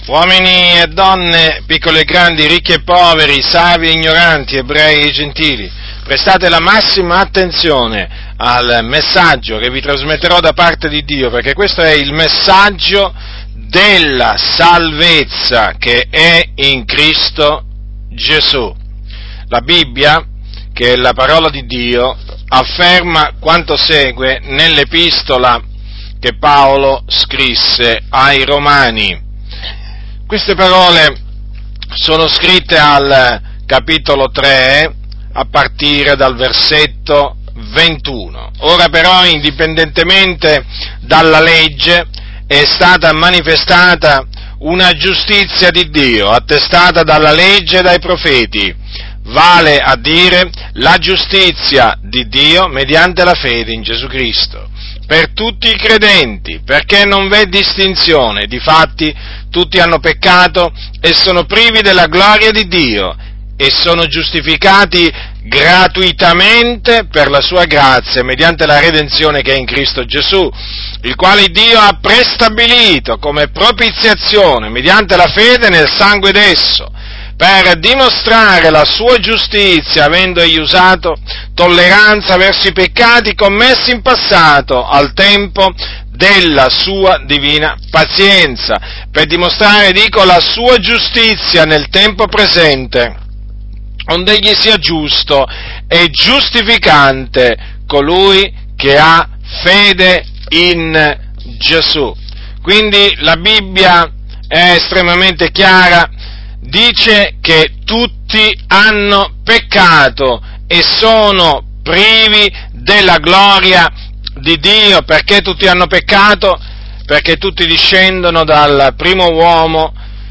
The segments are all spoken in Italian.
Uomini e donne, piccoli e grandi, ricchi e poveri, savi e ignoranti, ebrei e gentili, prestate la massima attenzione al messaggio che vi trasmetterò da parte di Dio, perché questo è il messaggio della salvezza che è in Cristo Gesù. La Bibbia, che è la parola di Dio, afferma quanto segue nell'epistola che Paolo scrisse ai Romani. Queste parole sono scritte al capitolo 3, a partire dal versetto 21. Ora però, indipendentemente dalla legge, è stata manifestata una giustizia di Dio, attestata dalla legge e dai profeti, vale a dire la giustizia di Dio mediante la fede in Gesù Cristo, per tutti i credenti, perché non v'è distinzione, difatti tutti hanno peccato e sono privi della gloria di Dio e sono giustificati gratuitamente per la sua grazia, mediante la redenzione che è in Cristo Gesù, il quale Dio ha prestabilito come propiziazione mediante la fede nel sangue d'esso, per dimostrare la sua giustizia, avendo egli usato tolleranza verso i peccati commessi in passato, al tempo della sua divina pazienza, per dimostrare, dico, la sua giustizia nel tempo presente, onde egli sia giusto e giustificante colui che ha fede in Gesù. Quindi la Bibbia è estremamente chiara, dice che tutti hanno peccato e sono privi della gloria di Dio. Perché tutti hanno peccato? Perché tutti discendono dal primo uomo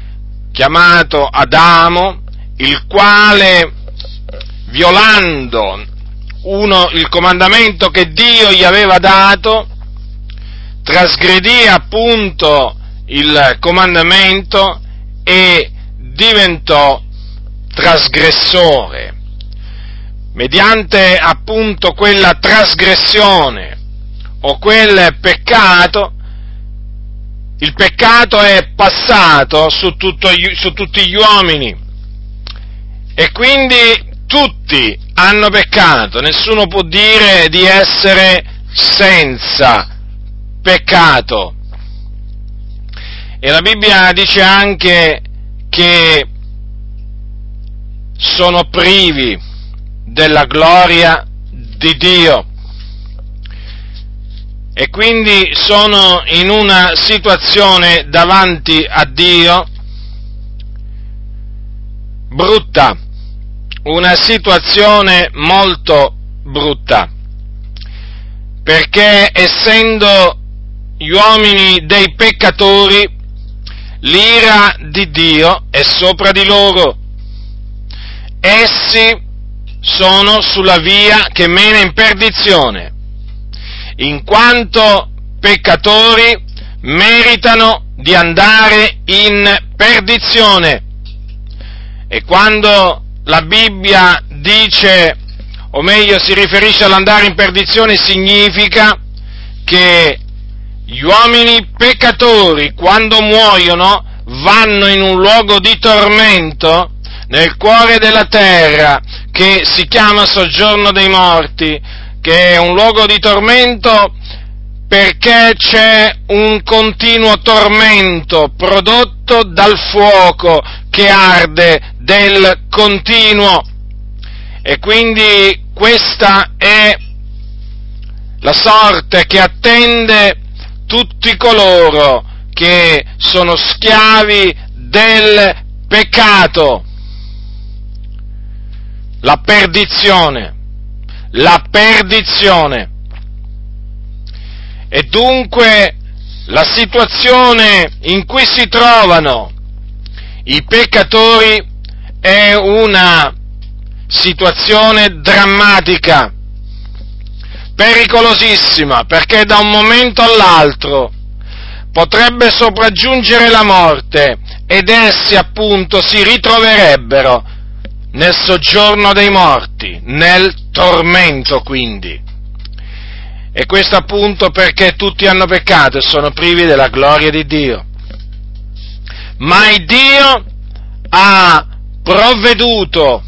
chiamato Adamo, il quale, violando il comandamento che Dio gli aveva dato, trasgredì appunto il comandamento e diventò trasgressore. Mediante appunto quella trasgressione o quel peccato, il peccato è passato su tutti gli uomini e quindi tutti hanno peccato, nessuno può dire di essere senza peccato. E la Bibbia dice anche che sono privi della gloria di Dio e quindi sono in una situazione davanti a Dio brutta, una situazione molto brutta, perché essendo gli uomini dei peccatori, l'ira di Dio è sopra di loro. Essi sono sulla via che mena in perdizione, in quanto peccatori meritano di andare in perdizione. E quando la Bibbia dice, o meglio si riferisce all'andare in perdizione, significa che gli uomini peccatori, quando muoiono, vanno in un luogo di tormento nel cuore della terra, che si chiama soggiorno dei morti, che è un luogo di tormento perché c'è un continuo tormento prodotto dal fuoco che arde del continuo. E quindi questa è la sorte che attende tutti coloro che sono schiavi del peccato. La perdizione. E dunque la situazione in cui si trovano i peccatori è una situazione drammatica, pericolosissima, perché da un momento all'altro potrebbe sopraggiungere la morte ed essi appunto si ritroverebbero nel soggiorno dei morti, nel tormento quindi. E questo appunto perché tutti hanno peccato e sono privi della gloria di Dio. ma il Dio ha provveduto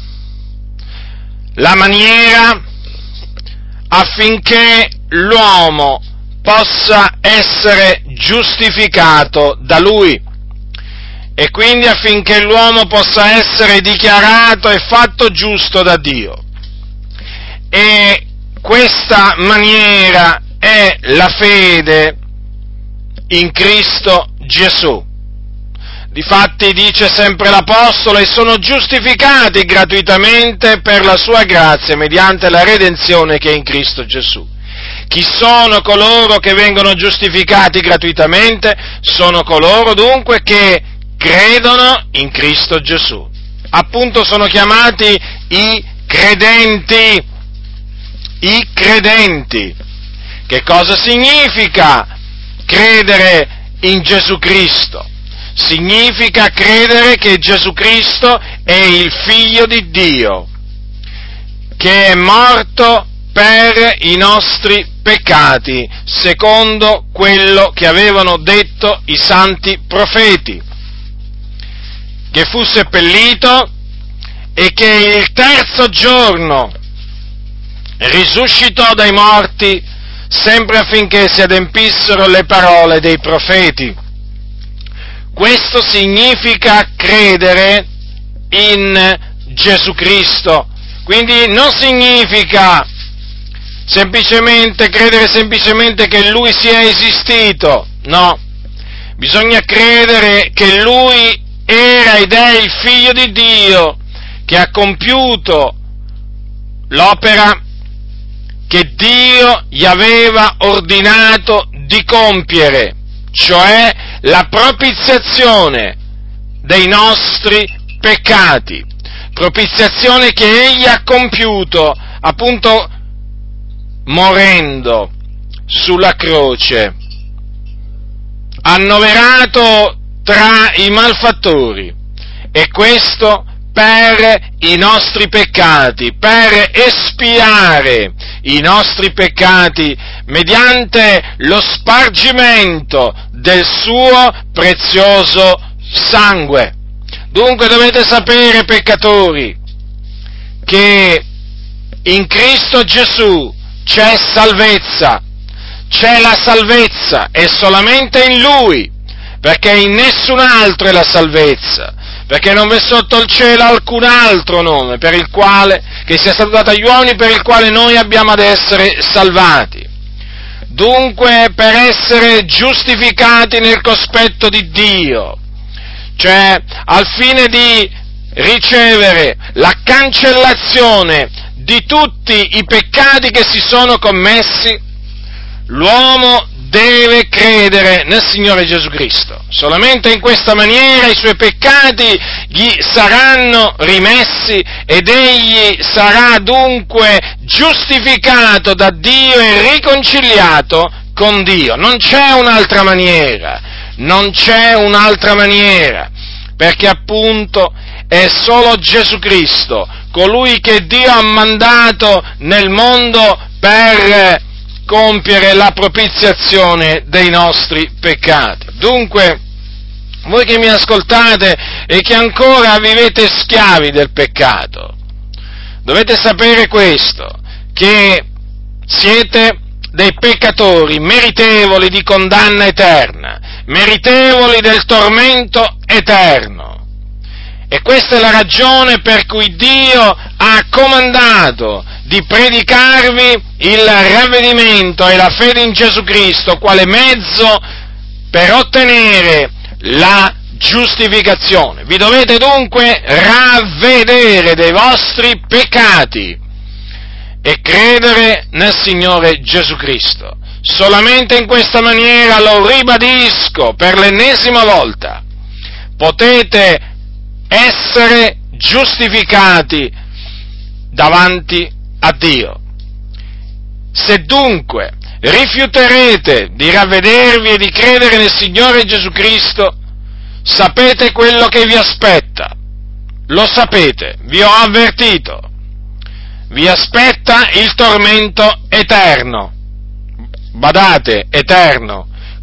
la maniera affinché l'uomo possa essere giustificato da Lui e quindi affinché l'uomo possa essere dichiarato e fatto giusto da Dio. E questa maniera è la fede in Cristo Gesù. Difatti dice sempre l'Apostolo: e sono giustificati gratuitamente per la sua grazia mediante la redenzione che è in Cristo Gesù. Chi sono coloro che vengono giustificati gratuitamente? Sono coloro dunque che credono in Cristo Gesù. Appunto sono chiamati i credenti. I credenti. Che cosa significa credere in Gesù Cristo? Significa credere che Gesù Cristo è il Figlio di Dio, che è morto per i nostri peccati, secondo quello che avevano detto i santi profeti, che fu seppellito e che il terzo giorno risuscitò dai morti, sempre affinché si adempissero le parole dei profeti. Questo significa credere in Gesù Cristo, quindi non significa credere semplicemente che Lui sia esistito, no, bisogna credere che Lui era ed è il Figlio di Dio, che ha compiuto l'opera che Dio gli aveva ordinato di compiere, cioè la propiziazione dei nostri peccati, propiziazione che Egli ha compiuto, appunto, morendo sulla croce, annoverato tra i malfattori, e questo per i nostri peccati, per espiare i nostri peccati mediante lo spargimento del suo prezioso sangue. Dunque dovete sapere, peccatori, che in Cristo Gesù c'è salvezza, c'è la salvezza, è solamente in Lui, perché in nessun altro è la salvezza, perché non v'è sotto il cielo alcun altro nome per il quale, che sia stato dato agli uomini, per il quale noi abbiamo ad essere salvati. Dunque, per essere giustificati nel cospetto di Dio, cioè al fine di ricevere la cancellazione di tutti i peccati che si sono commessi, l'uomo deve credere nel Signore Gesù Cristo. Solamente in questa maniera i suoi peccati gli saranno rimessi ed egli sarà dunque giustificato da Dio e riconciliato con Dio. Non c'è un'altra maniera, perché appunto è solo Gesù Cristo, colui che Dio ha mandato nel mondo per compiere la propiziazione dei nostri peccati. Dunque, voi che mi ascoltate e che ancora vivete schiavi del peccato, dovete sapere questo, che siete dei peccatori meritevoli di condanna eterna, meritevoli del tormento eterno. E questa è la ragione per cui Dio ha comandato di predicarvi il ravvedimento e la fede in Gesù Cristo quale mezzo per ottenere la giustificazione. Vi dovete dunque ravvedere dei vostri peccati e credere nel Signore Gesù Cristo. Solamente in questa maniera, lo ribadisco per l'ennesima volta, potete essere giustificati davanti a Dio. Se dunque rifiuterete di ravvedervi e di credere nel Signore Gesù Cristo, sapete quello che vi aspetta. Lo sapete, vi ho avvertito. Vi aspetta il tormento eterno. Badate, eterno.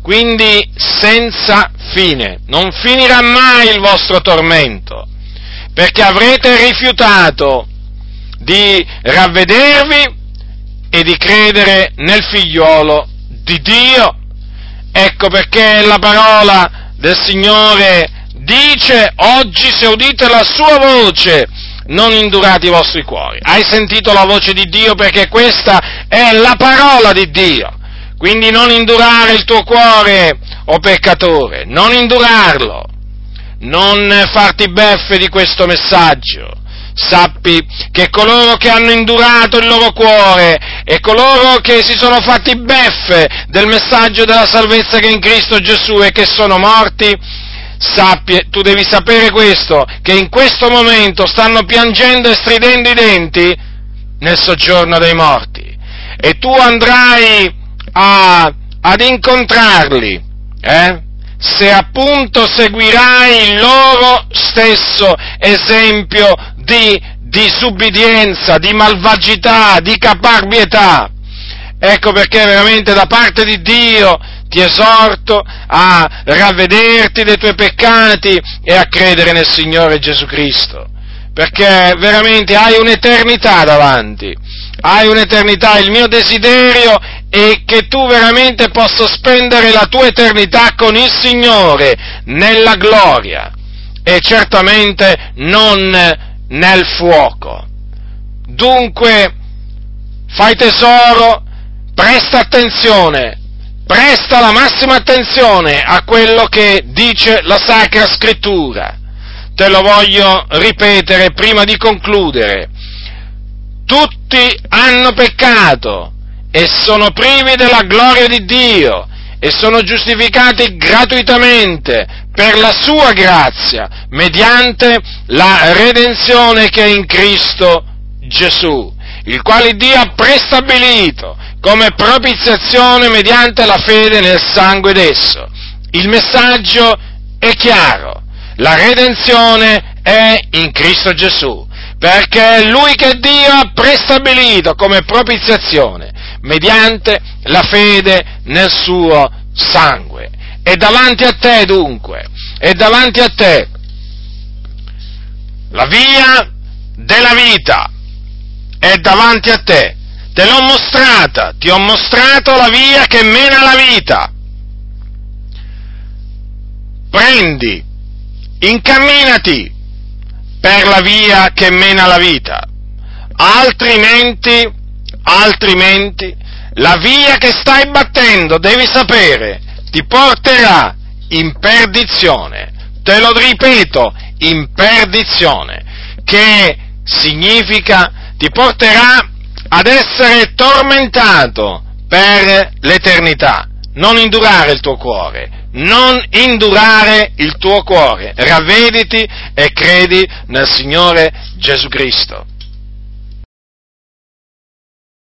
quindi senza fine. Non finirà mai il vostro tormento, perché avrete rifiutato di ravvedervi e di credere nel Figliolo di Dio. Ecco perché la parola del Signore dice: oggi se udite la sua voce, non indurate i vostri cuori. Hai sentito la voce di Dio, perché questa è la parola di Dio. Quindi non indurare il tuo cuore, o peccatore, non indurarlo, non farti beffe di questo messaggio. Sappi che coloro che hanno indurato il loro cuore e coloro che si sono fatti beffe del messaggio della salvezza che è in Cristo Gesù e che sono morti, tu devi sapere questo, che in questo momento stanno piangendo e stridendo i denti nel soggiorno dei morti, e tu andrai ad incontrarli, se appunto seguirai il loro stesso esempio di disubbidienza, di malvagità, di caparbietà. Ecco perché veramente da parte di Dio ti esorto a ravvederti dei tuoi peccati e a credere nel Signore Gesù Cristo, perché veramente hai un'eternità davanti, hai un'eternità. Il mio desiderio è che tu veramente possa spendere la tua eternità con il Signore nella gloria e certamente non nel fuoco. Dunque, fai tesoro, presta attenzione, presta la massima attenzione a quello che dice la Sacra Scrittura. Te lo voglio ripetere prima di concludere. Tutti hanno peccato e sono privi della gloria di Dio e sono giustificati gratuitamente per la sua grazia, mediante la redenzione che è in Cristo Gesù, il quale Dio ha prestabilito come propiziazione mediante la fede nel sangue d'esso. Il messaggio è chiaro: la redenzione è in Cristo Gesù, perché è Lui che Dio ha prestabilito come propiziazione mediante la fede nel suo sangue. E davanti a te dunque, è davanti a te la via della vita, è davanti a te, te l'ho mostrata, ti ho mostrato la via che mena alla vita. Prendi, incamminati per la via che mena alla vita, altrimenti la via che stai battendo, devi sapere, ti porterà in perdizione. Te lo ripeto, in perdizione, che significa ti porterà ad essere tormentato per l'eternità. Non indurare il tuo cuore, non indurare il tuo cuore, ravvediti e credi nel Signore Gesù Cristo.